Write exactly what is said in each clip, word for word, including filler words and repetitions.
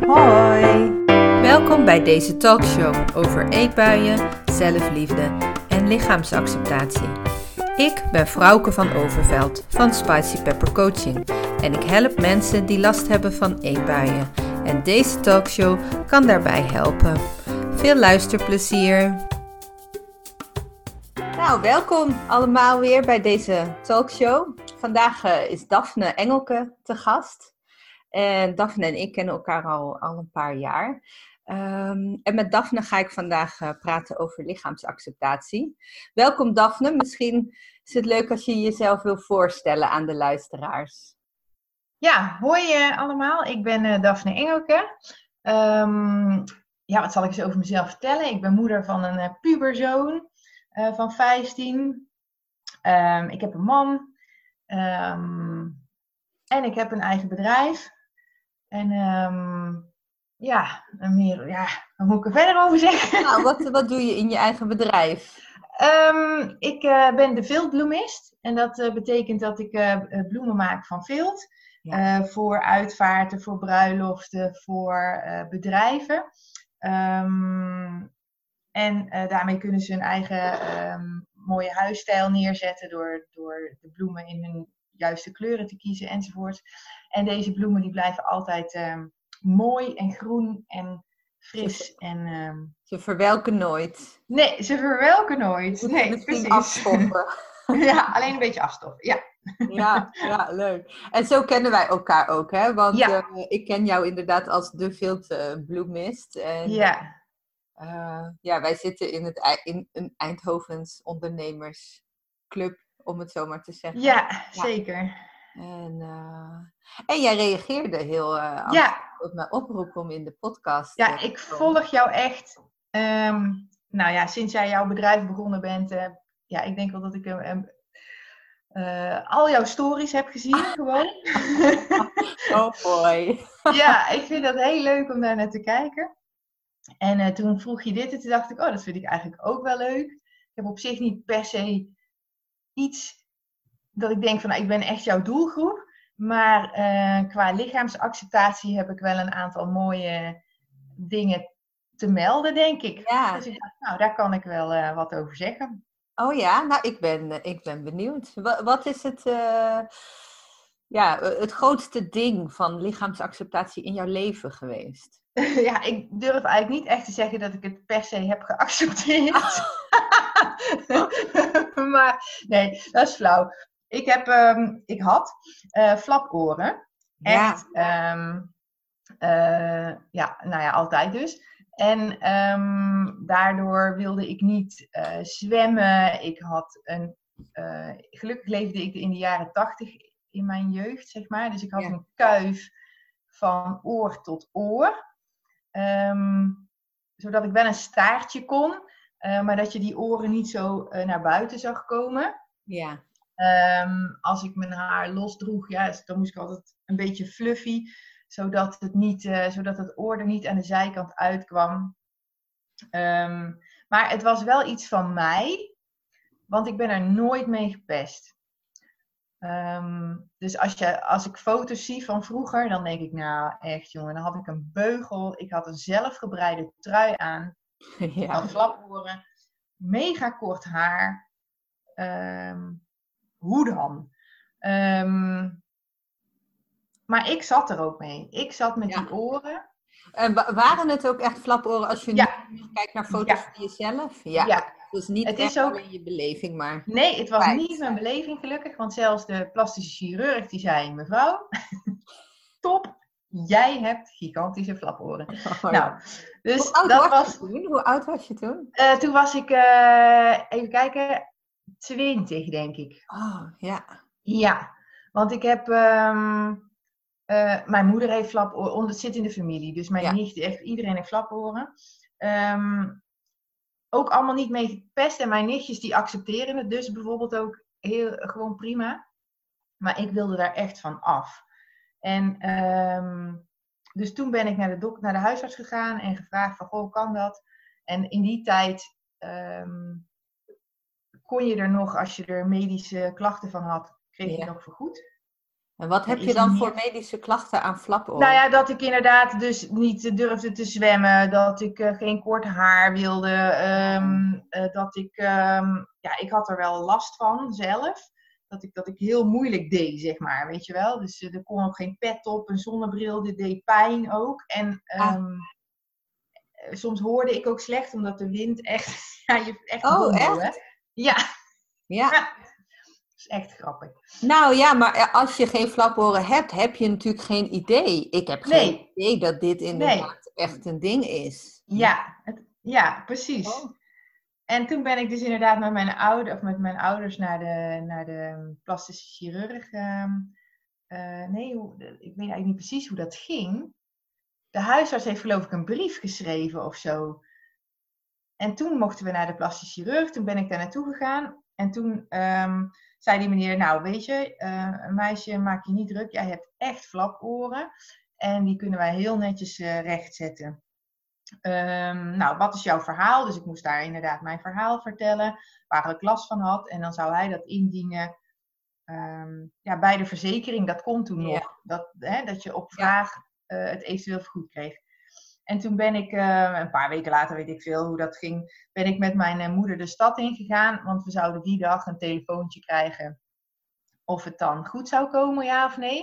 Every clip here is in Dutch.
Hoi! Welkom bij deze talkshow over eetbuien, zelfliefde en lichaamsacceptatie. Ik ben Frauke van Overveld van Spicy Pepper Coaching en ik help mensen die last hebben van eetbuien. En deze talkshow kan daarbij helpen. Veel luisterplezier! Nou, welkom allemaal weer bij deze talkshow. Vandaag uh, is Daphne Engelke te gast. En Daphne en ik kennen elkaar al, al een paar jaar. Um, en met Daphne ga ik vandaag uh, praten over lichaamsacceptatie. Welkom Daphne, misschien is het leuk als je jezelf wil voorstellen aan de luisteraars. Ja, hoi uh, allemaal. Ik ben uh, Daphne Engelke. Um, ja, wat zal ik eens over mezelf vertellen? Ik ben moeder van een uh, puberzoon uh, van vijftien. Um, ik heb een man. Um, en ik heb een eigen bedrijf. En um, ja, meer, ja, wat moet ik er verder over zeggen? Nou, wat, wat doe je in je eigen bedrijf? Um, ik uh, ben de viltbloemist. En dat uh, betekent dat ik uh, bloemen maak van vilt. Ja. Uh, voor uitvaarten, voor bruiloften, voor uh, bedrijven. Um, en uh, daarmee kunnen ze hun eigen um, mooie huisstijl neerzetten door, door de bloemen in hun juiste kleuren te kiezen enzovoort. En deze bloemen die blijven altijd um, mooi en groen en fris. Ze, en, um... ze verwelken nooit. Nee, ze verwelken nooit. Nee, misschien precies. Afstoffen. Ja, alleen een beetje afstoffen. Ja. Ja, ja, leuk. En zo kennen wij elkaar ook, hè? Want ja. uh, ik ken jou inderdaad als de viltbloemist. En ja. Uh, ja, wij zitten in, het, in een Eindhovens ondernemersclub, om het zo maar te zeggen. Ja, ja. Zeker. En, uh, en jij reageerde heel uh, ja. op mijn oproep om in de podcast Ja, uh, ik volg jou echt. Um, nou ja, sinds jij jouw bedrijf begonnen bent. Uh, ja, ik denk wel dat ik uh, uh, al jouw stories heb gezien gewoon. Oh boy. Ja, ik vind dat heel leuk om daar naar te kijken. En uh, toen vroeg je dit en toen dacht ik, oh, dat vind ik eigenlijk ook wel leuk. Ik heb op zich niet per se iets dat ik denk van, nou, ik ben echt jouw doelgroep. Maar uh, qua lichaamsacceptatie heb ik wel een aantal mooie dingen te melden, denk ik. Ja. Dus ik dacht, nou, daar kan ik wel uh, wat over zeggen. Oh ja, nou, ik ben, ik ben benieuwd. Wat, wat is het, uh, ja, het grootste ding van lichaamsacceptatie in jouw leven geweest? Ja, ik durf eigenlijk niet echt te zeggen dat ik het per se heb geaccepteerd. Maar nee, dat is flauw. Ik, heb, um, ik had uh, flaporen. Echt. Ja. Um, uh, ja, nou ja, altijd dus. En um, daardoor wilde ik niet uh, zwemmen. Ik had een... Uh, gelukkig leefde ik in de jaren tachtig in mijn jeugd, zeg maar. Dus ik had ja. een kuif van oor tot oor. Um, zodat ik wel een staartje kon, uh, maar dat je die oren niet zo uh, naar buiten zag komen. Ja. Um, als ik mijn haar losdroeg, ja, dan moest ik altijd een beetje fluffy, zodat het, niet, uh, zodat het oor er niet aan de zijkant uitkwam. Um, maar het was wel iets van mij, want ik ben er nooit mee gepest. Um, dus als, je, als ik foto's zie van vroeger, dan denk ik, nou echt jongen, dan had ik een beugel. Ik had een zelfgebreide trui aan. Ja. Ik had flaporen. Mega kort haar. Um, hoe dan? Um, maar ik zat er ook mee. Ik zat met ja. die oren. En waren het ook echt flaporen als je ja. nu kijkt naar foto's ja. van jezelf? Ja. ja. Dus niet het echt is ook alleen je beleving, maar... Nee, het was feit. niet mijn beleving gelukkig. Want zelfs de plastische chirurg die zei, mevrouw, top, jij hebt gigantische flaporen. Oh, nou, ja. dus Hoe oud dat was was... je toen? Hoe oud was je toen? Uh, toen was ik, uh, even kijken, twintig denk ik. Oh, ja. Ja, want ik heb... Um, uh, mijn moeder heeft flaporen, het zit in de familie. Dus mijn ja. nicht, echt iedereen heeft flaporen. Um, Ook allemaal niet mee gepest. En mijn nichtjes die accepteren het dus bijvoorbeeld ook heel gewoon prima. Maar ik wilde daar echt van af. En um, dus toen ben ik naar de, dok- naar de huisarts gegaan en gevraagd van, goh, kan dat? En in die tijd um, kon je er nog, als je er medische klachten van had, kreeg je ja. nog vergoed. En wat Er heb je is dan niet voor meer. medische klachten aan Nou flaporen? ja, dat ik inderdaad dus niet durfde te zwemmen, dat ik eh, geen kort haar wilde, ehm, eh, dat ik, ehm, ja, ik had er wel last van zelf, dat ik, dat ik heel moeilijk deed, zeg maar, weet je wel. Dus eh, er kon ook geen pet op, een zonnebril, dit deed pijn ook. En Ah, ehm, eh, soms hoorde ik ook slecht, omdat de wind echt, ja, je echt oh, bongo, hè. echt? Ja, Ja. dat is echt grappig. Nou ja, maar als je geen flaporen hebt, heb je natuurlijk geen idee. Ik heb geen Nee, idee dat dit nee, inderdaad echt een ding is. Ja. ja, het, ja, precies. Oh. En toen ben ik dus inderdaad met mijn, ouder, of met mijn ouders naar de, naar de plastische chirurg. ehm, eh, nee, hoe- ik weet eigenlijk niet precies hoe dat ging. De huisarts heeft geloof ik een brief geschreven of zo. En toen mochten we naar de plastische chirurg. Toen ben ik daar naartoe gegaan. En toen ehm, zei die meneer, nou weet je, eh, meisje, maak je niet druk. Jij hebt echt flaporen. En die kunnen wij heel netjes eh, rechtzetten. Um, nou, wat is jouw verhaal? Dus ik moest daar inderdaad mijn verhaal vertellen, waar ik last van had. En dan zou hij dat indienen um, ja, bij de verzekering. Dat kon toen Ja. nog, dat, hè, dat je op Ja. vraag uh, het eventueel vergoed kreeg. En toen ben ik, uh, een paar weken later, weet ik veel hoe dat ging, ben ik met mijn uh, moeder de stad ingegaan. Want we zouden die dag een telefoontje krijgen of het dan goed zou komen, ja of nee.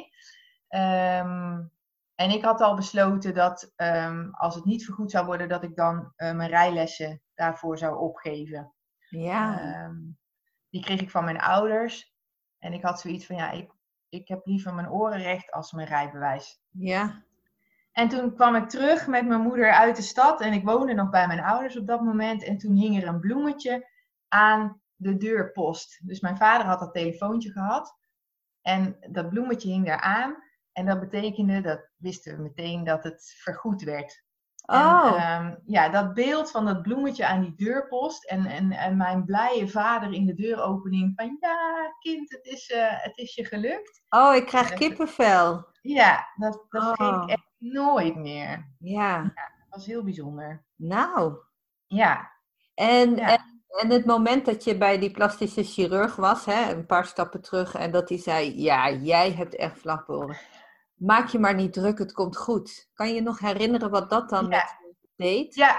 Um, En ik had al besloten dat um, als het niet vergoed zou worden, dat ik dan uh, mijn rijlessen daarvoor zou opgeven. Ja. Um, die kreeg ik van mijn ouders. En ik had zoiets van, ja, ik, ik heb liever mijn oren recht als mijn rijbewijs. Ja. En toen kwam ik terug met mijn moeder uit de stad. En ik woonde nog bij mijn ouders op dat moment. En toen hing er een bloemetje aan de deurpost. Dus mijn vader had dat telefoontje gehad. En dat bloemetje hing daar aan. En dat betekende, dat wisten we meteen, dat het vergoed werd. Oh. En um, ja, dat beeld van dat bloemetje aan die deurpost en, en, en mijn blije vader in de deuropening van ja, kind, het is, uh, het is je gelukt. Oh, ik krijg dat, kippenvel. Ja, dat, dat oh. vergeet ik echt nooit meer. Ja. Ja, dat was heel bijzonder. Nou. Ja. En, ja. en, en het moment dat je bij die plastische chirurg was, hè, een paar stappen terug, en dat hij zei, ja, jij hebt echt flaporen. Maak je maar niet druk, het komt goed. Kan je je nog herinneren wat dat dan ja. met je deed? Ja,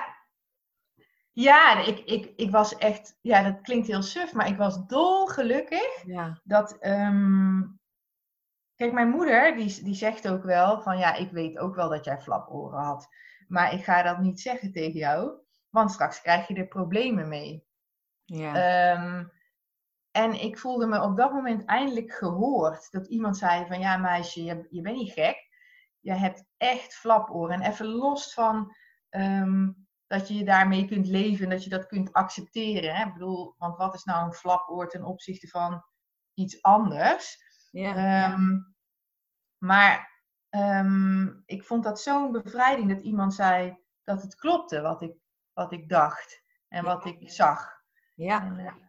ja ik, ik, ik was echt, ja, dat klinkt heel suf, maar ik was dolgelukkig Ja. dat, um, kijk, mijn moeder, die, die zegt ook wel van, ja, ik weet ook wel dat jij flaporen had, maar ik ga dat niet zeggen tegen jou, want straks krijg je er problemen mee. Ja. Um, en ik voelde me op dat moment eindelijk gehoord, dat iemand zei van, ja meisje, je, je bent niet gek, je hebt echt flaporen. En even los van um, dat je je daarmee kunt leven en dat je dat kunt accepteren. Hè? Ik bedoel, want wat is nou een flapoor ten opzichte van iets anders? Ja. Um, maar um, ik vond dat zo'n bevrijding dat iemand zei dat het klopte wat ik, wat ik dacht en wat ja. ik zag. Ja. En, uh,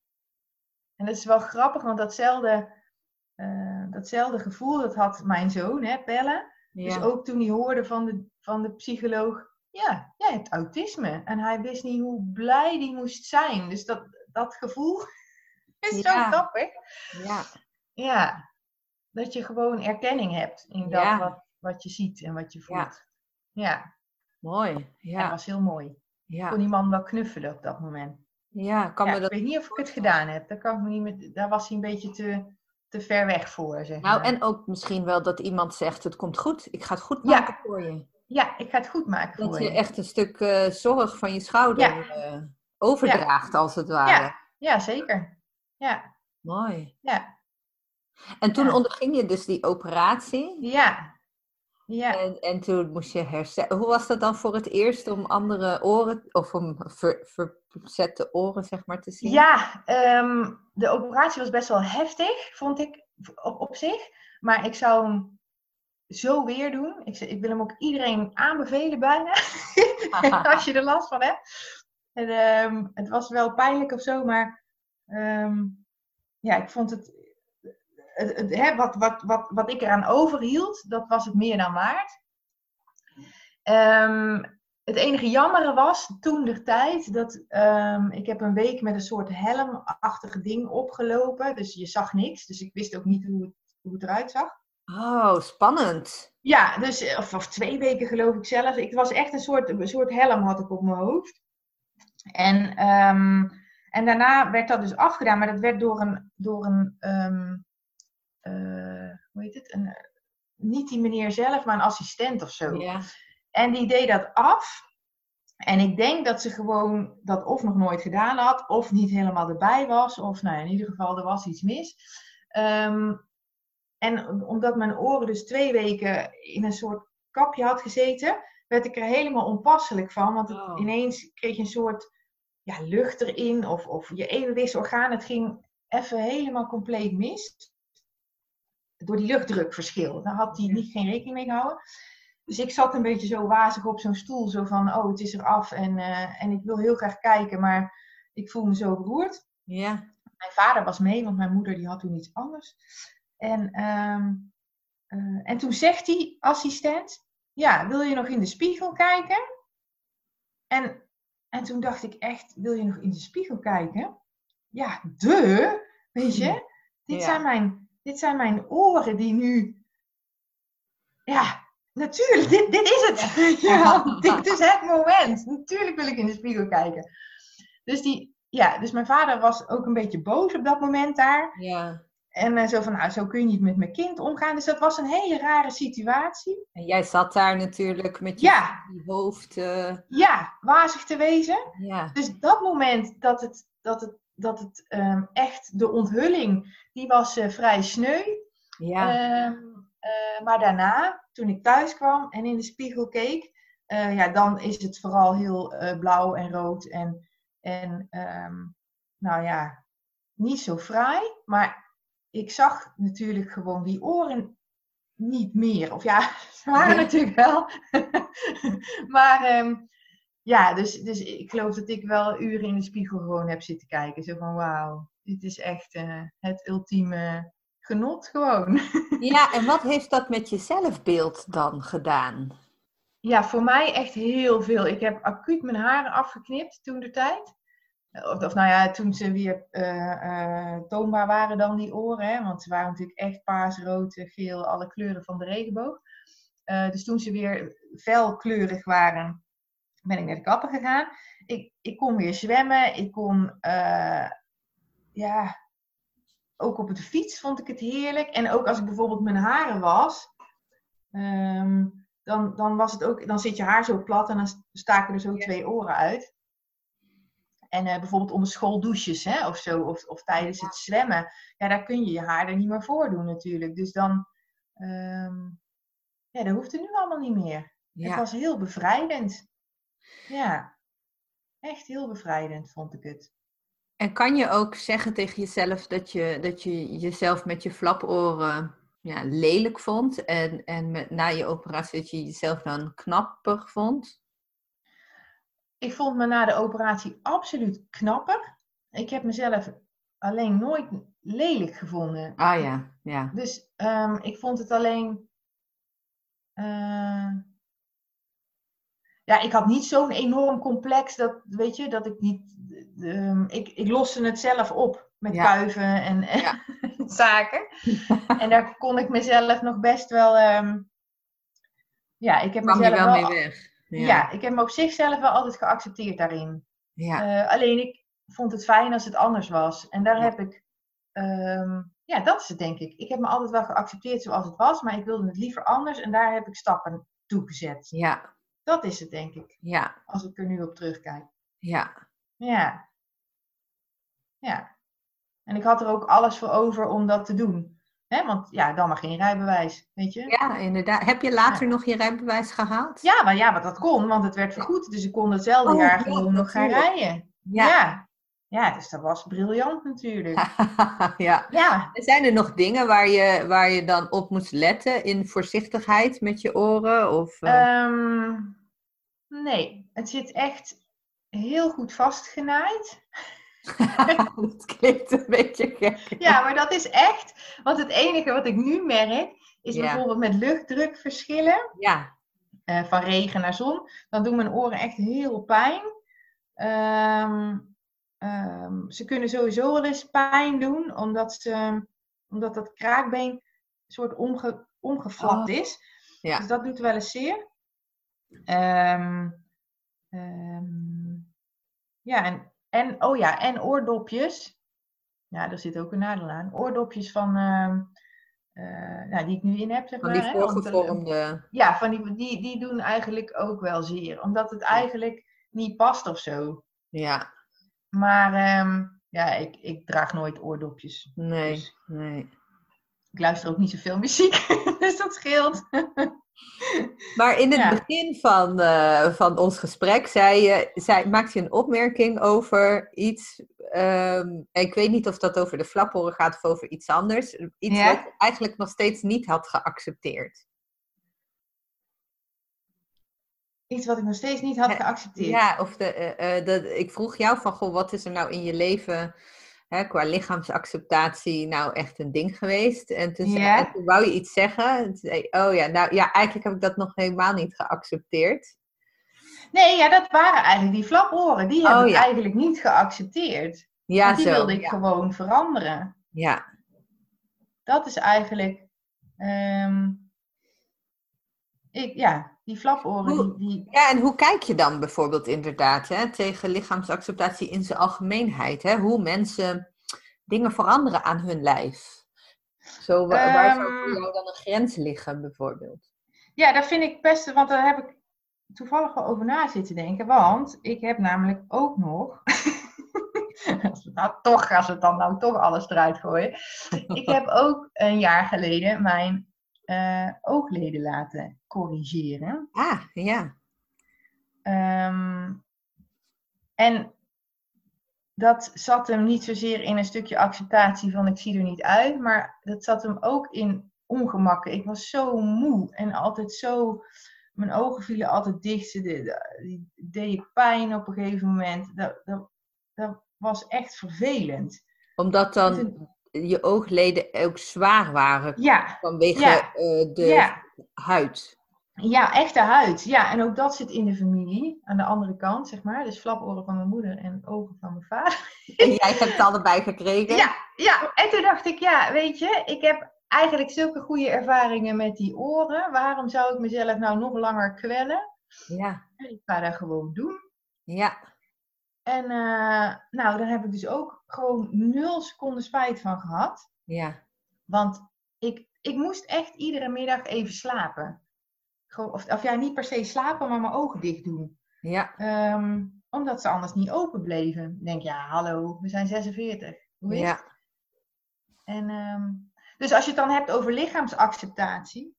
en dat is wel grappig, want datzelfde, uh, datzelfde gevoel dat had mijn zoon, hè, Pelle. Ja. Dus ook toen hij hoorde van de, van de psycholoog, ja, jij hebt autisme. En hij wist niet hoe blij hij moest zijn. Dus dat, dat gevoel is ja. zo grappig. Ja. Ja, dat je gewoon erkenning hebt in dat ja. wat, wat je ziet en wat je voelt. Ja. ja. Mooi. Ja. Dat was heel mooi. Ja. Ik kon die man wel knuffelen op dat moment. Ja, kan ja, me dat... Ik weet niet of ik het gedaan heb. Daar, kan ik me niet met... Daar was hij een beetje te... te ver weg voor, zeg nou, maar. en ook misschien wel dat iemand zegt, het komt goed. Ik ga het goed maken ja. voor je. Ja, ik ga het goed maken dat voor je. Dat je echt een stuk uh, zorg van je schouder ja. uh, overdraagt, ja. als het ware. Ja, ja zeker. Ja. Mooi. Ja. En toen ja. onderging je dus die operatie. Ja. Ja. En, en toen moest je herstellen. Hoe was dat dan voor het eerst om andere oren, of om ver, verzette oren, zeg maar, te zien? Ja, um, de operatie was best wel heftig, vond ik op, op zich. Maar ik zou hem zo weer doen. Ik, ik wil hem ook iedereen aanbevelen bijna. Als je er last van hebt. En, um, het was wel pijnlijk of zo, maar um, ja, ik vond het... het, het hè, wat, wat, wat, wat ik eraan overhield, dat was het meer dan waard. Um, het enige jammere was toen de tijd dat um, ik heb een week met een soort helmachtige ding opgelopen. Dus je zag niks. Dus ik wist ook niet hoe het, hoe het eruit zag. Oh, spannend. Ja, dus, of, of twee weken geloof ik zelf. Ik was echt een soort, een soort helm had ik op mijn hoofd. En, um, en daarna werd dat dus afgedaan, maar dat werd door een, door een um, uh, hoe heet het? Een, niet die meneer zelf, maar een assistent of zo. Ja. En die deed dat af. En ik denk dat ze gewoon dat of nog nooit gedaan had, of niet helemaal erbij was. Of nou, in ieder geval, er was iets mis. Um, en omdat mijn oren dus twee weken in een soort kapje had gezeten, werd ik er helemaal onpasselijk van. Want het, Oh. ineens kreeg je een soort ja, lucht erin, of, of je evenwichtsorgaan. Het ging even helemaal compleet mis. Door die luchtdrukverschil. Daar had hij niet geen rekening mee gehouden. Dus ik zat een beetje zo wazig op zo'n stoel. Zo van, oh, het is er af. En, uh, en ik wil heel graag kijken, maar ik voel me zo beroerd. Ja. Mijn vader was mee, want mijn moeder die had toen iets anders. En, um, uh, en toen zegt die assistent, ja, wil je nog in de spiegel kijken? En, en toen dacht ik echt, wil je nog in de spiegel kijken? Ja, de, weet je. Dit, Ja. zijn mijn, dit zijn mijn oren die nu... Ja, natuurlijk, dit, dit is het. Ja, dit is het moment. Natuurlijk wil ik in de spiegel kijken. Dus, die, ja, dus mijn vader was ook een beetje boos op dat moment daar. Ja. En uh, zo van, nou, zo kun je niet met mijn kind omgaan. Dus dat was een hele rare situatie. En jij zat daar natuurlijk met je ja. hoofd. Uh... Ja, wazig te wezen. Ja. Dus dat moment dat het, dat het, dat het um, echt, de onthulling, die was uh, vrij sneu. Ja. Um, uh, maar daarna, toen ik thuis kwam en in de spiegel keek, uh, ja, dan is het vooral heel uh, blauw en rood. En, en um, nou ja, niet zo fraai. Maar ik zag natuurlijk gewoon die oren niet meer. Of ja, ze waren ja. natuurlijk wel. maar um, ja, dus, dus ik geloof dat ik wel uren in de spiegel gewoon heb zitten kijken. Zo van wauw, dit is echt uh, het ultieme genot gewoon. Ja, en wat heeft dat met je zelfbeeld dan gedaan? Ja, voor mij echt heel veel. Ik heb acuut mijn haren afgeknipt toen de tijd. Of, of nou ja, toen ze weer uh, uh, toonbaar waren dan die oren. Hè? Want ze waren natuurlijk echt paars, rood, geel, alle kleuren van de regenboog. Uh, dus toen ze weer felkleurig waren, ben ik naar de kapper gegaan. Ik, ik kon weer zwemmen. Ik kon, uh, ja, ook op de fiets vond ik het heerlijk. En ook als ik bijvoorbeeld mijn haren was, um, dan, dan was het ook, dan zit je haar zo plat en dan staken er zo twee oren uit. En uh, bijvoorbeeld onder schooldouches, hè, of zo, of, of tijdens het zwemmen. Ja, daar kun je je haar er niet meer voor doen natuurlijk. Dus dan, um, ja, dat hoeft er nu allemaal niet meer. Ja. Het was heel bevrijdend. Ja, echt heel bevrijdend vond ik het. En kan je ook zeggen tegen jezelf dat je, dat je jezelf met je flaporen ja, lelijk vond? En, en met, na je operatie dat je jezelf dan knapper vond? Ik vond me na de operatie absoluut knapper. Ik heb mezelf alleen nooit lelijk gevonden. Ah ja, ja. Dus um, ik vond het alleen... Uh, ja, ik had niet zo'n enorm complex dat, weet je, dat ik niet... Um, ik, ik loste het zelf op met ja. kuiven en, en ja. zaken. En daar kon ik mezelf nog best wel... Um, ja, ik heb Kwam mezelf je wel, wel mee weg. Ja. ja, ik heb me op zichzelf wel altijd geaccepteerd daarin. Ja. Uh, alleen ik vond het fijn als het anders was. En daar ja. heb ik... Um, ja, dat is het denk ik. Ik heb me altijd wel geaccepteerd zoals het was, maar ik wilde het liever anders en daar heb ik stappen toe gezet. Ja. Dat is het denk ik. Ja. Als ik er nu op terugkijk. Ja. Ja. Ja. En ik had er ook alles voor over om dat te doen. Hè? Want ja, dan maar geen rijbewijs, weet je. Ja, inderdaad. Heb je later ja. nog je rijbewijs gehaald? Ja, maar ja, maar dat kon, want het werd vergoed. Dus ik kon hetzelfde oh, jaar gewoon ja, nog gaan rijden. Ja. ja. Ja, dus dat was briljant natuurlijk. ja. ja. Zijn er nog dingen waar je, waar je dan op moest letten in voorzichtigheid met je oren? Of, uh... um, nee, het zit echt heel goed vastgenaaid. Dat klinkt een beetje gek. Ja, maar dat is echt. Want het enige wat ik nu merk, is ja. bijvoorbeeld met luchtdrukverschillen. Ja. Uh, van regen naar zon. Dan doen mijn oren echt heel pijn. Um, Um, ze kunnen sowieso wel eens pijn doen, omdat, ze, omdat dat kraakbeen soort omge, omgeflapt Oh, is. ja. Dus dat doet wel eens zeer. Um, um, ja, en, en, oh ja, en oordopjes. Ja, daar zit ook een nadeel aan. Oordopjes van, uh, uh, nou, die ik nu in heb, zeg Van maar. die Hè, om te, voorgevormde... ja, van die, die, die doen eigenlijk ook wel zeer. Omdat het eigenlijk niet past of zo. Ja. Maar um, ja, ik, ik draag nooit oordopjes. Nee, Dus nee. ik luister ook niet zoveel muziek, dus dat scheelt. Maar in het Ja. begin van, uh, van ons gesprek zei je, zei, maakte je een opmerking over iets. Um, ik weet niet of dat over de flaporen gaat of over iets anders. Iets Ja? wat je eigenlijk nog steeds niet had geaccepteerd. Iets wat ik nog steeds niet had geaccepteerd. Ja, of de, uh, uh, de, ik vroeg jou van, goh, wat is er nou in je leven, hè, qua lichaamsacceptatie, nou echt een ding geweest? En toen, zei, Ja? en toen wou je iets zeggen. En toen zei, oh ja, nou ja, eigenlijk heb ik dat nog helemaal niet geaccepteerd. Nee, ja, dat waren eigenlijk die flaporen. Die heb oh, ik ja. eigenlijk niet geaccepteerd. Ja, Want die zo, wilde ik ja. gewoon veranderen. Ja. Dat is eigenlijk... Um, ik, ja, die flaporen, Hoe, die, die... Ja, en hoe kijk je dan bijvoorbeeld inderdaad hè, tegen lichaamsacceptatie in zijn algemeenheid? Hè? Hoe mensen dingen veranderen aan hun lijf? Zo, waar, waar Um, zou voor jou dan een grens liggen bijvoorbeeld? Ja, dat vind ik best... Want daar heb ik toevallig wel over na zitten denken. Want ik heb namelijk ook nog... als, we nou toch, als we dan nou toch alles eruit gooien. Ik heb ook een jaar geleden mijn uh, oogleden laten corrigeren. Ah, ja. Um, en dat zat hem niet zozeer in een stukje acceptatie van ik zie er niet uit. Maar dat zat hem ook in ongemakken. Ik was zo moe en altijd zo... Mijn ogen vielen altijd dicht. Die deed pijn op een gegeven moment. Dat, dat, dat was echt vervelend. Omdat dan toen... je oogleden ook zwaar waren. Ja. Vanwege ja. Uh, de ja. huid. Ja, echte huid. Ja, en ook dat zit in de familie. Aan de andere kant, zeg maar. Dus flaporen van mijn moeder en ogen van mijn vader. En jij hebt het allebei gekregen? Ja, ja. En toen dacht ik, ja, weet je, ik heb eigenlijk zulke goede ervaringen met die oren. Waarom zou ik mezelf nou nog langer kwellen? Ja. Ik ga dat gewoon doen. Ja. En uh, nou, daar heb ik dus ook gewoon nul seconden spijt van gehad. Ja. Want ik, ik moest echt iedere middag even slapen. Of, of ja, niet per se slapen, maar mijn ogen dicht doen. Ja. Um, omdat ze anders niet open bleven. Ik denk, ja, hallo, we zijn zesenveertig. Hoe is ja. het? En, um, dus als je het dan hebt over lichaamsacceptatie.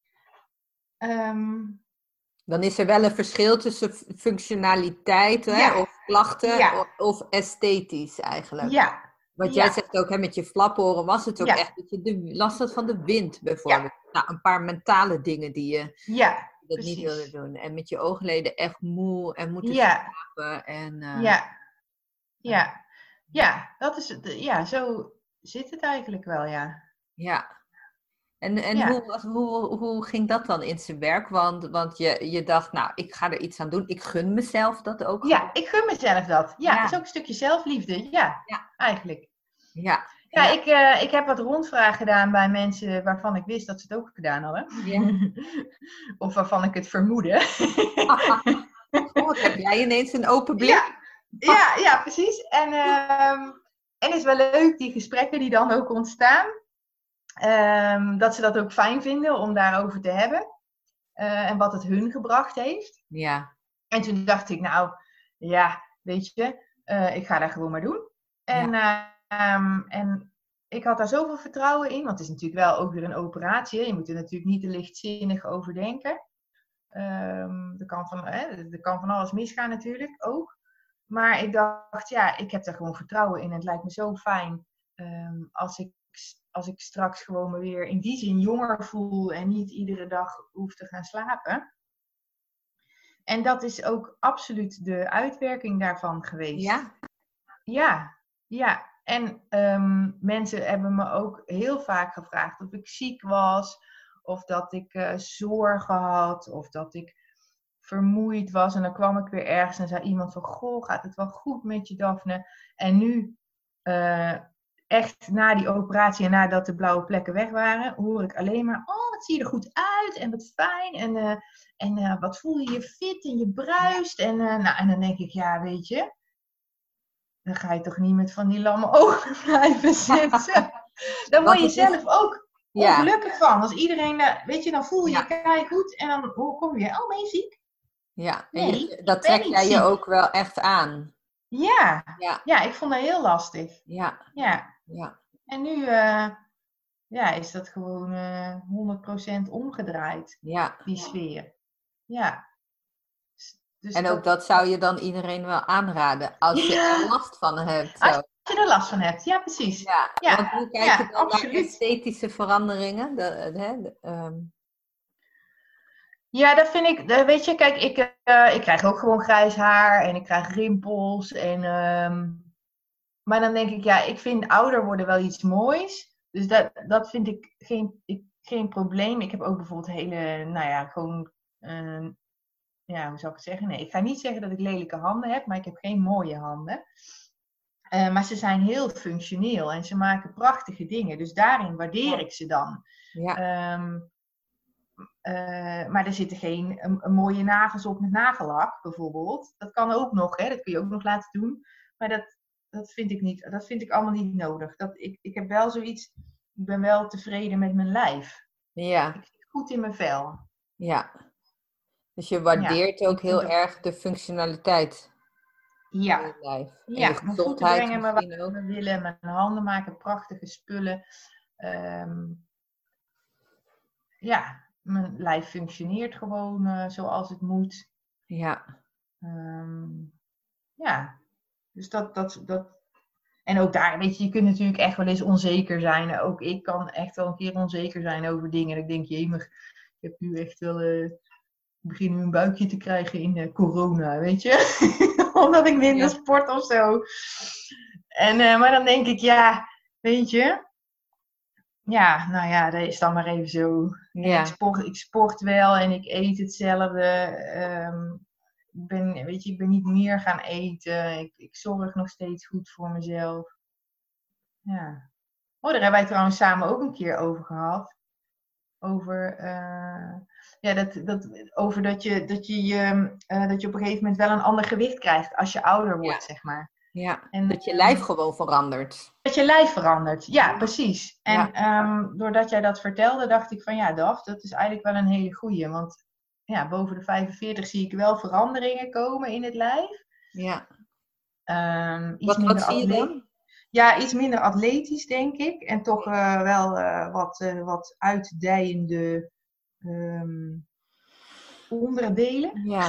Um, dan is er wel een verschil tussen functionaliteit hè, ja. of klachten ja. of, of esthetisch eigenlijk. Ja. Want ja. jij zegt ook, hè, met je flaporen was het ook ja. echt dat je de, last had van de wind bijvoorbeeld. Ja. Nou, een paar mentale dingen die je ja, dat precies. niet wilde doen. En met je oogleden echt moe en moeten ja. slapen. En, uh, ja. ja, ja, dat is het. Ja, zo zit het eigenlijk wel, ja. Ja. En, en ja. hoe, hoe, hoe ging dat dan in zijn werk? Want, want je, je dacht, nou, ik ga er iets aan doen. Ik gun mezelf dat ook. Ja, gewoon. ik gun mezelf dat. Ja, ja. dat is ook een stukje zelfliefde. Ja, ja. eigenlijk. Ja. Ja, ja. Ik, uh, ik heb wat rondvraag gedaan bij mensen waarvan ik wist dat ze het ook gedaan hadden. Ja. Of waarvan ik het vermoedde. Goed, heb jij ineens een open blik? Ja, ja, ja precies. En, uh, en het is wel leuk, die gesprekken die dan ook ontstaan. Um, dat ze dat ook fijn vinden om daarover te hebben. Uh, en wat het hun gebracht heeft. Ja. En toen dacht ik, nou, ja, weet je, uh, ik ga dat gewoon maar doen. En, ja. uh, um, en ik had daar zoveel vertrouwen in, want het is natuurlijk wel ook weer een operatie. Je moet er natuurlijk niet te lichtzinnig over denken. Um, er, kan van, hè, er kan van alles misgaan natuurlijk ook. Maar ik dacht, ja, ik heb daar gewoon vertrouwen in. En het lijkt me zo fijn um, als ik als ik straks gewoon me weer in die zin jonger voel en niet iedere dag hoef te gaan slapen. En dat is ook absoluut de uitwerking daarvan geweest. Ja? Ja, ja. En um, mensen hebben me ook heel vaak gevraagd of ik ziek was, of dat ik uh, zorgen had, of dat ik vermoeid was. En dan kwam ik weer ergens en zei iemand van, goh, gaat het wel goed met je, Daphne? En nu... Uh, echt na die operatie en nadat de blauwe plekken weg waren, hoor ik alleen maar, oh, wat wat zie je er goed uit en wat fijn. En, uh, en uh, wat voel je je fit en je bruist. En, uh, nou, en dan denk ik, ja, weet je. Dan ga je toch niet met van die lamme ogen blijven zitten. Dan word je zelf ook ongelukkig ja. van. Als iedereen, uh, weet je, dan voel je ja. je goed. En dan hoe kom je, oh, ben je ziek? Ja, nee, en je, dat trek jij je ook wel echt aan. Ja, ja. ja, ik vond dat heel lastig. Ja. Ja. ja. En nu uh, ja, is dat gewoon uh, honderd procent omgedraaid, ja. die sfeer. Ja. Dus en ook dat... dat zou je dan iedereen wel aanraden, als je ja. er last van hebt. Zo. Als je er last van hebt, ja precies. Ja, ja. Want hoe kijk ja, je dan absoluut. naar esthetische veranderingen? De, de, de, um... Ja, dat vind ik, weet je, kijk, ik, uh, ik krijg ook gewoon grijs haar en ik krijg rimpels. En, um, maar dan denk ik, ja, ik vind ouder worden wel iets moois. Dus dat, dat vind ik geen, ik, geen probleem. Ik heb ook bijvoorbeeld hele, nou ja, gewoon, uh, ja, hoe zou ik het zeggen? Nee, ik ga niet zeggen dat ik lelijke handen heb, maar ik heb geen mooie handen. Uh, maar ze zijn heel functioneel en ze maken prachtige dingen. Dus daarin waardeer ik ze dan. Ja. Um, Uh, maar er zitten geen een, een mooie nagels op met nagellak, bijvoorbeeld. Dat kan ook nog, hè? Dat kun je ook nog laten doen. Maar dat, dat vind ik niet, dat vind ik allemaal niet nodig. Dat, ik, ik heb wel zoiets, ik ben wel tevreden met mijn lijf. Ja. Ik zit goed in mijn vel. Ja. Dus je waardeert ja, ook heel dat... erg de functionaliteit ja. van je lijf. En ja, je mijn voeten brengen me waar ook. we willen. Mijn handen maken prachtige spullen. Um, ja. Mijn lijf functioneert gewoon uh, zoals het moet. Ja. Um, ja. Dus dat, dat, dat... En ook daar, weet je, je kunt natuurlijk echt wel eens onzeker zijn. Ook ik kan echt wel een keer onzeker zijn over dingen. En ik denk, jemig, ik heb nu echt wel... Uh, ik begin nu een buikje te krijgen in uh, corona, weet je. Omdat ik minder ja. sport of zo. En, uh, maar dan denk ik, ja, weet je... Ja, nou ja, dat is dan maar even zo. Ja. Ik, sport, ik sport wel en ik eet hetzelfde. Um, ik ben, weet je, ik ben niet meer gaan eten. Ik, ik zorg nog steeds goed voor mezelf. Ja. Oh, daar hebben wij trouwens samen ook een keer over gehad. Over, uh, ja, dat, dat, over dat, je, dat, je, uh, dat je op een gegeven moment wel een ander gewicht krijgt als je ouder wordt, ja. zeg maar. Ja, en dat je lijf gewoon verandert. Dat je lijf verandert, ja, precies. En ja. um, doordat jij dat vertelde, dacht ik van ja, Daf, dat is eigenlijk wel een hele goeie. Want ja, boven de vijfenveertig zie ik wel veranderingen komen in het lijf. Ja. Um, iets wat, minder wat zie je dan? Ja, iets minder atletisch, denk ik. En toch uh, wel uh, wat, uh, wat uitdijende um, onderdelen. Ja.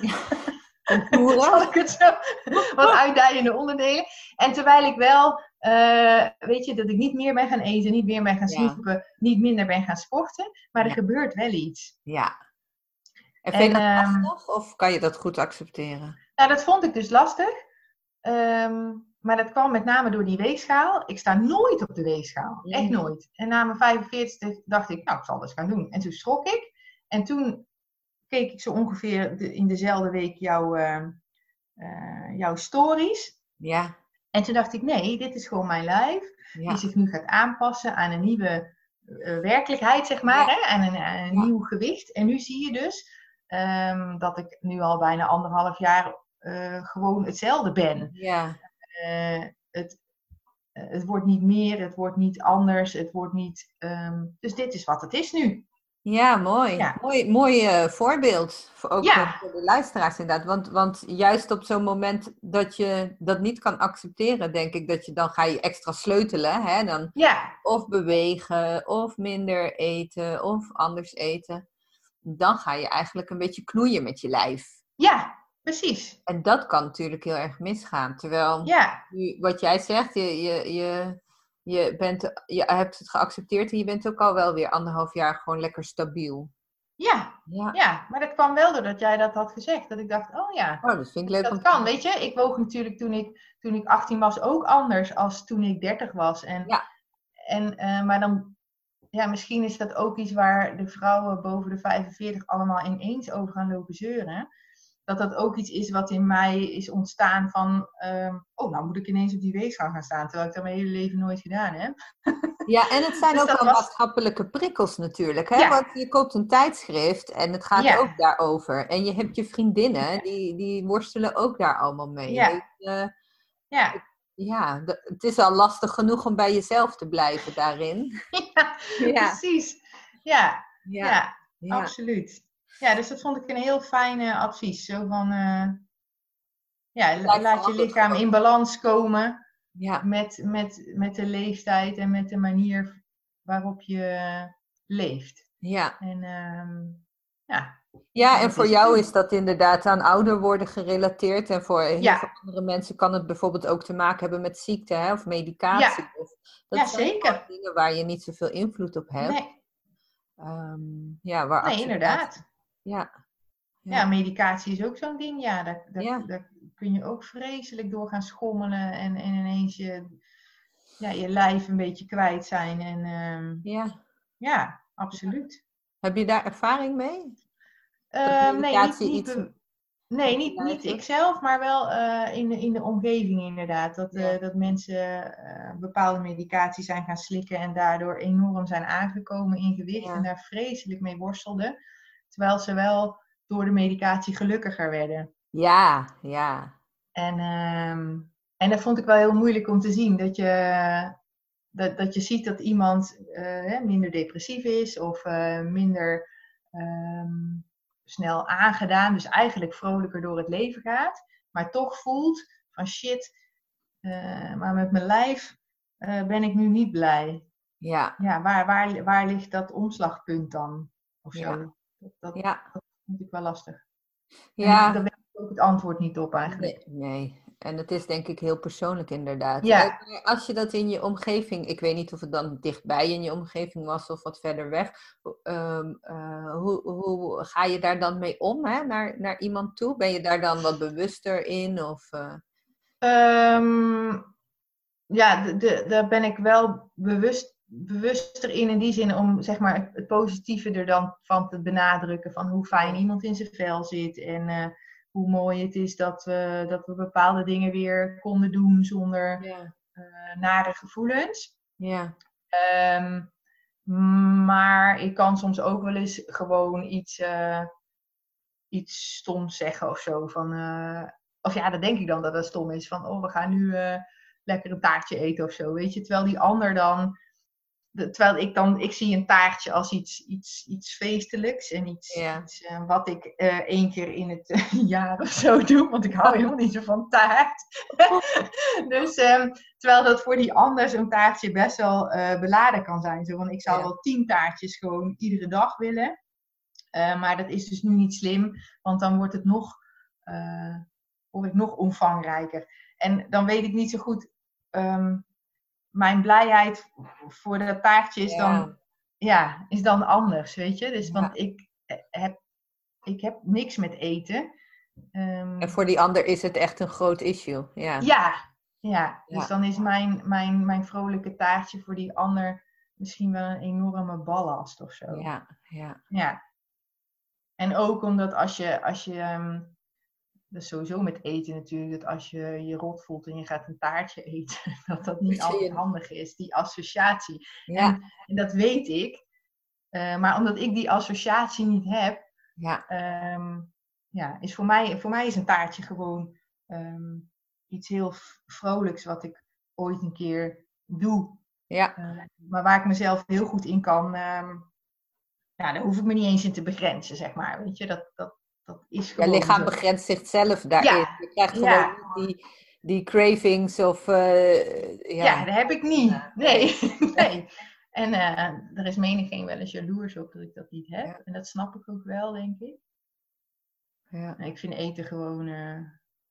Zal ik het zo? Wat uitdijende onderdelen. En terwijl ik wel, uh, weet je, dat ik niet meer ben gaan eten, niet meer ben gaan sliepen, ja. niet minder ben gaan sporten. Maar er ja. gebeurt wel iets. Ja. En vind je dat um, lastig of kan je dat goed accepteren? Nou, dat vond ik dus lastig. Um, maar dat kwam met name door die weegschaal. Ik sta nooit op de weegschaal. Mm. Echt nooit. En na mijn vijfenveertigste dacht ik, nou, ik zal dat eens gaan doen. En toen schrok ik. En toen keek ik zo ongeveer de, in dezelfde week jouw, uh, uh, jouw stories. Ja. En toen dacht ik, nee, dit is gewoon mijn lijf. Ja. Die zich nu gaat aanpassen aan een nieuwe uh, werkelijkheid, zeg maar. Ja. Hè? Aan een, aan een ja. nieuw gewicht. En nu zie je dus um, dat ik nu al bijna anderhalf jaar uh, gewoon hetzelfde ben. Ja. Uh, het, uh, het wordt niet meer, het wordt niet anders, het wordt niet... Um, dus dit is wat het is nu. Ja, mooi. Ja. Mooi, mooi uh, voorbeeld. Voor, ook ja. voor de luisteraars inderdaad. Want, want juist op zo'n moment dat je dat niet kan accepteren, denk ik dat je dan ga je extra sleutelen. Hè? Dan ja. Of bewegen, of minder eten, of anders eten. Dan ga je eigenlijk een beetje knoeien met je lijf. Ja, precies. En dat kan natuurlijk heel erg misgaan. Terwijl, ja. nu, wat jij zegt, je... je, je Je, bent, je hebt het geaccepteerd en je bent ook al wel weer anderhalf jaar gewoon lekker stabiel. Ja, ja. ja, maar dat kwam wel doordat jij dat had gezegd. Dat ik dacht, oh ja, oh, dat vind ik leuk. Dat kan, weet je. Ik woog natuurlijk toen ik, toen ik achttien was ook anders als toen ik dertig was. En, ja. en, uh, maar dan, ja, misschien is dat ook iets waar de vrouwen boven de vijfenveertig allemaal ineens over gaan lopen zeuren. dat dat ook iets is wat in mij is ontstaan van, um, oh, nou moet ik ineens op die weegschaal gaan staan, terwijl ik dat mijn hele leven nooit gedaan heb. Ja, en het zijn Dus ook dat wel was... maatschappelijke prikkels natuurlijk, hè? Ja. Want je koopt een tijdschrift en het gaat Ja. ook daarover. En je hebt je vriendinnen, die, die worstelen ook daar allemaal mee. Ja. Dus, uh, Ja. Ja, de, het is al lastig genoeg om bij jezelf te blijven daarin. Ja, Ja. precies. Ja. Ja. Ja, Ja. absoluut. Ja, dus dat vond ik een heel fijn uh, advies. Zo van, uh, ja, Blijf laat je lichaam in balans komen ja. met, met, met de leeftijd en met de manier waarop je leeft. Ja. En um, ja. Ja, en voor jou is dat inderdaad aan ouder worden gerelateerd. En voor heel ja. veel andere mensen kan het bijvoorbeeld ook te maken hebben met ziekte, hè, of medicatie. Ja, Of, dat ja zijn zeker. dingen waar je niet zoveel invloed op hebt. Nee, um, ja, waar nee inderdaad. Ja. Ja. ja, medicatie is ook zo'n ding. Ja, daar, daar, ja. daar kun je ook vreselijk door gaan schommelen. En, en ineens je, ja, je lijf een beetje kwijt zijn. En, um, ja. ja, absoluut. Heb je daar ervaring mee? Uh, nee, niet, niet, iets... nee niet, niet ikzelf, maar wel uh, in, de, in de omgeving inderdaad. Dat, uh, ja. dat mensen uh, bepaalde medicatie zijn gaan slikken en daardoor enorm zijn aangekomen in gewicht. Ja. En daar vreselijk mee worstelden. Terwijl ze wel door de medicatie gelukkiger werden. Ja, ja. En, um, en dat vond ik wel heel moeilijk om te zien. Dat je, dat, dat je ziet dat iemand uh, minder depressief is of uh, minder... Um, snel aangedaan, dus eigenlijk vrolijker door het leven gaat, maar toch voelt van shit, uh, maar met mijn lijf uh, ben ik nu niet blij. Ja. Ja, waar, waar, waar ligt dat omslagpunt dan? Of zo. Ja. Dat, dat, ja. dat vind ik wel lastig. Ja. En daar weet ik ook het antwoord niet op eigenlijk. Nee, nee. En het is denk ik heel persoonlijk inderdaad. Ja. Als je dat in je omgeving, ik weet niet of het dan dichtbij in je omgeving was of wat verder weg. Um, uh, hoe, hoe ga je daar dan mee om, hè? Naar, naar iemand toe? Ben je daar dan wat bewuster in? Of, uh... um, ja, de, de, daar ben ik wel bewust, bewuster in in die zin om zeg maar, het positieve er dan van te benadrukken. Van hoe fijn iemand in zijn vel zit en... Uh, hoe mooi het is dat we, dat we bepaalde dingen weer konden doen zonder ja. uh, nare gevoelens. Ja. Um, maar ik kan soms ook wel eens gewoon iets, uh, iets stoms zeggen of zo. Van, uh, of ja, dat denk ik dan dat dat stom is. Van, oh, we gaan nu uh, lekker een taartje eten of zo, weet je. Terwijl die ander dan... Terwijl ik dan, ik zie een taartje als iets, iets, iets feestelijks en iets, ja. iets uh, wat ik uh, één keer in het uh, jaar of zo doe, want ik hou helemaal niet zo van taart. Dus um, terwijl dat voor die ander zo'n taartje best wel uh, beladen kan zijn. Zo, want ik zou ja. wel tien taartjes gewoon iedere dag willen, uh, maar dat is dus nu niet slim, want dan wordt het nog, uh, word ik nog omvangrijker. En dan weet ik niet zo goed... Um, mijn blijheid voor dat taartje is, ja. Dan, ja, is dan anders, weet je. Dus, ja. Want ik heb, ik heb niks met eten. Um, en voor die ander is het echt een groot issue. Ja, ja, ja. Dus ja. dan is mijn, mijn, mijn vrolijke taartje voor die ander misschien wel een enorme ballast of zo. Ja, ja. Ja. En ook omdat als je... Als je um, dat is sowieso met eten natuurlijk, dat als je je rot voelt en je gaat een taartje eten, dat dat niet altijd handig is, die associatie. Ja. En, en dat weet ik, uh, maar omdat ik die associatie niet heb, ja. Um, ja, is voor mij, voor mij is een taartje gewoon um, iets heel vrolijks wat ik ooit een keer doe. Ja. Uh, maar waar ik mezelf heel goed in kan, um, ja, daar hoef ik me niet eens in te begrenzen, zeg maar. Weet je, dat... dat Dat is je lichaam zo. Begrenst zichzelf daarin. Ja, je krijgt gewoon ja. die, die cravings of... Uh, ja. ja, dat heb ik niet. Nee, nee. En uh, er is menigeen wel eens jaloers op dat ik dat niet heb. Ja. En dat snap ik ook wel, denk ik. Ja. Ik vind eten gewoon... Uh,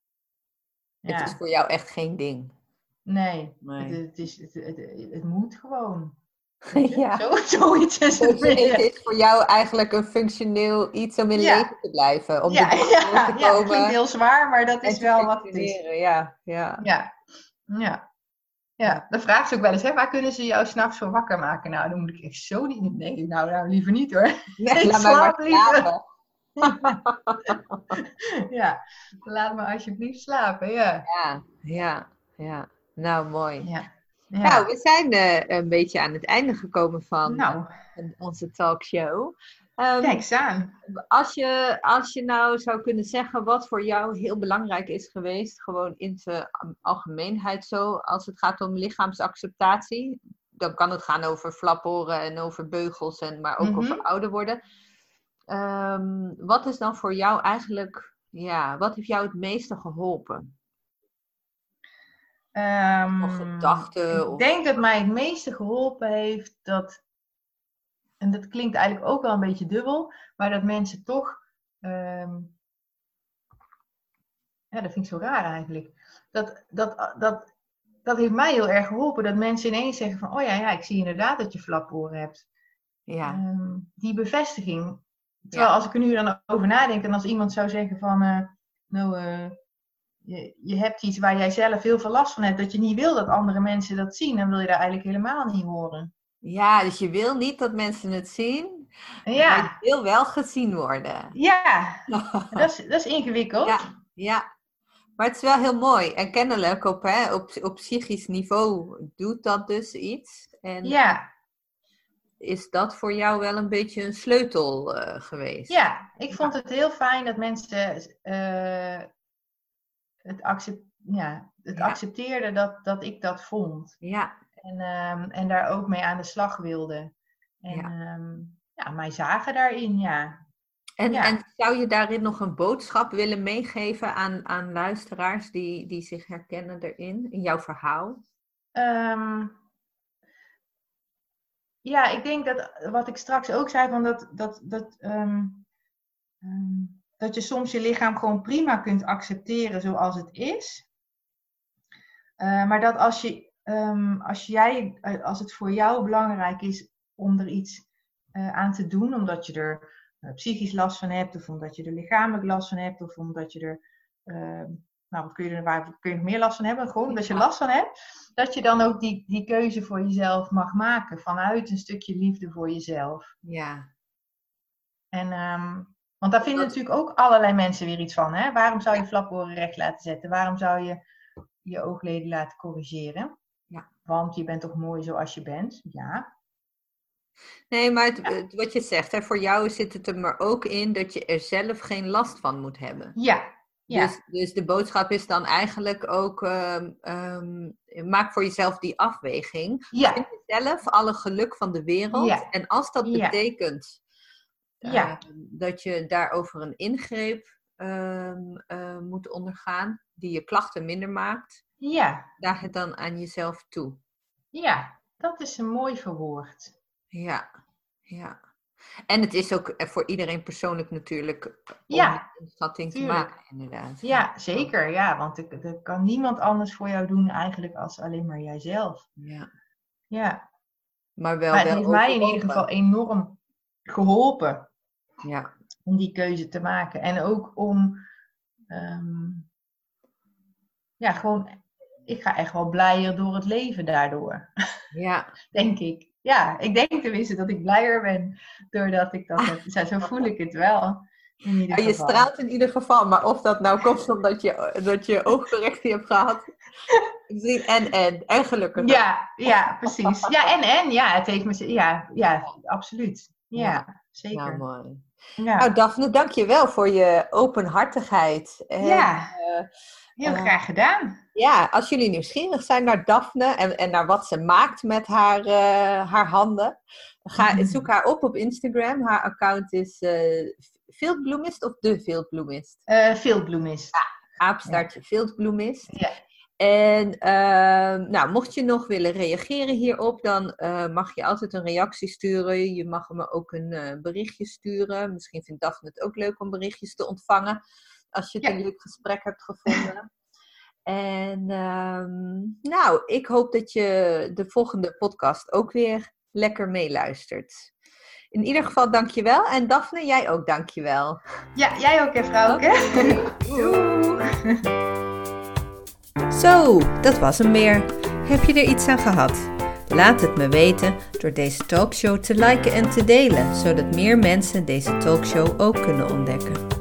het ja. is voor jou echt geen ding. Nee, nee. Het, het, is, het, het, het, het moet gewoon. Ja. Zo, zoiets is het. Het is voor jou eigenlijk een functioneel iets om in ja. leven te blijven. Om ja, de ja, te komen. Ja, het klinkt heel zwaar, maar dat is wel wat het is. Ja, ja. Ja, ja. Ja, dan vraagt ze ook wel eens, hè, waar kunnen ze jou 's nachts voor wakker maken? Nou, dan moet ik echt zo niet... Nee, nou, nou liever niet hoor. Nee, ik laat slaap maar liever. slapen. Ja, laat me alsjeblieft slapen, ja. Ja, ja, ja. Nou, mooi. Ja, Nou, ja. we zijn eh, een beetje aan het einde gekomen van Nou, eh, onze talkshow. Ehm, kijk eens aan. als je, als je nou zou kunnen zeggen wat voor jou heel belangrijk is geweest, gewoon in de algemeenheid zo, als het gaat om lichaamsacceptatie, dan kan het gaan over flaphoren en over beugels, en, maar ook over Mhm. ouder worden. Ehm, wat is dan voor jou eigenlijk, ja, wat heeft jou het meeste geholpen? Ehm, Of gedachten? ik Of... denk dat mij het meeste geholpen heeft dat, en dat klinkt eigenlijk ook wel een beetje dubbel, maar dat mensen toch, ehm, ja, dat vind ik zo raar eigenlijk. Dat, dat, dat, dat heeft mij heel erg geholpen, dat mensen ineens zeggen van, oh ja, ja, ik zie inderdaad dat je flaporen hebt. Ja. Ehm, die bevestiging. Terwijl Ja. als ik er nu dan over nadenk en als iemand zou zeggen van, uh, nou, uh, je, je hebt iets waar jij zelf heel veel last van hebt, dat je niet wil dat andere mensen dat zien, dan wil je dat eigenlijk helemaal niet horen. Ja, dus je wil niet dat mensen het zien, Ja. maar je wil wel gezien worden. Ja, dat is, dat is ingewikkeld. Ja, ja, maar het is wel heel mooi. En kennelijk op, hè, op, op psychisch niveau doet dat dus iets. En Ja. is dat voor jou wel een beetje een sleutel uh, geweest? Ja, ik vond het heel fijn dat mensen uh, het, accept, ja, het ja. accepteerden dat, dat ik dat vond. Ja. En, um, en daar ook mee aan de slag wilden. En ja. Um, ja, mij zagen daarin, ja. En, ja. en zou je daarin nog een boodschap willen meegeven aan, aan luisteraars die, die zich herkennen erin, in jouw verhaal? Um, ja, ik denk dat wat ik straks ook zei, van dat, dat, dat, um, um, dat je soms je lichaam gewoon prima kunt accepteren zoals het is. Uh, maar dat als je Um, als, jij, als het voor jou belangrijk is om er iets uh, aan te doen, omdat je er uh, psychisch last van hebt, of omdat je er lichamelijk last van hebt, of omdat je er, uh, nou wat kun je er, waar kun je nog meer last van hebben? Gewoon omdat je last van hebt, dat je dan ook die, die keuze voor jezelf mag maken, vanuit een stukje liefde voor jezelf. Ja. En, um, want daar vinden dat... natuurlijk ook allerlei mensen weer iets van, hè? Waarom zou je flaphoren recht laten zetten? Waarom zou je je oogleden laten corrigeren? Ja. Want je bent toch mooi zoals je bent? Ja. Nee, maar het, ja. wat je zegt, hè, voor jou zit het er maar ook in dat je er zelf geen last van moet hebben. Ja. ja. Dus, dus de boodschap is dan eigenlijk ook, um, um, maak voor jezelf die afweging. Ja. Vind jezelf alle geluk van de wereld. Ja. En als dat ja. betekent uh, ja. dat je daarover een ingreep um, uh, moet ondergaan, die je klachten minder maakt. Ja. Daag het dan aan jezelf toe. Ja, dat is een mooi verwoord. Ja, ja. En het is ook voor iedereen persoonlijk natuurlijk om ja, een inschatting te maken, inderdaad. Ja, zeker. Ja, want er kan niemand anders voor jou doen eigenlijk als alleen maar jijzelf. Ja. Ja. Maar wel maar het wel heeft mij in ieder geval enorm geholpen. Ja. Om die keuze te maken. En ook om... Um, ja, gewoon... Ik ga echt wel blijer door het leven daardoor. Ja. Denk ik. Ja, ik denk tenminste dat ik blijer ben doordat ik dat heb. Zo, zo voel ik het wel. In ieder ja, je geval. straalt in ieder geval. Maar of dat nou komt omdat je, dat je oogcorrectie hebt gehad. En, en, en gelukkig. Ja, ja, precies. Ja, en, en. Ja, het heeft me... Ja, ja, absoluut. Ja, ja. Zeker. Nou, mooi. Ja. Nou, Daphne, dank je wel voor je openhartigheid. En, ja. Uh, Heel uh, graag gedaan. Ja, als jullie nieuwsgierig zijn naar Daphne en, en naar wat ze maakt met haar, uh, haar handen, ga, mm. zoek haar op op Instagram. Haar account is uh, Veldbloemist of De Veldbloemist? Uh, Veldbloemist. Ja, apenstaartje ja. Veldbloemist. Ja. En uh, nou, mocht je nog willen reageren hierop, dan uh, mag je altijd een reactie sturen. Je mag me ook een uh, berichtje sturen. Misschien vindt Daphne het ook leuk om berichtjes te ontvangen. Als je het ja. een leuk gesprek hebt gevonden. En um, nou, ik hoop dat je de volgende podcast ook weer lekker meeluistert. In ieder geval dankjewel. En Daphne, jij ook dankjewel. Ja, jij ook hè, vrouwke. Zo, dat was hem weer. Heb je er iets aan gehad? Laat het me weten door deze talkshow te liken en te delen, zodat meer mensen deze talkshow ook kunnen ontdekken.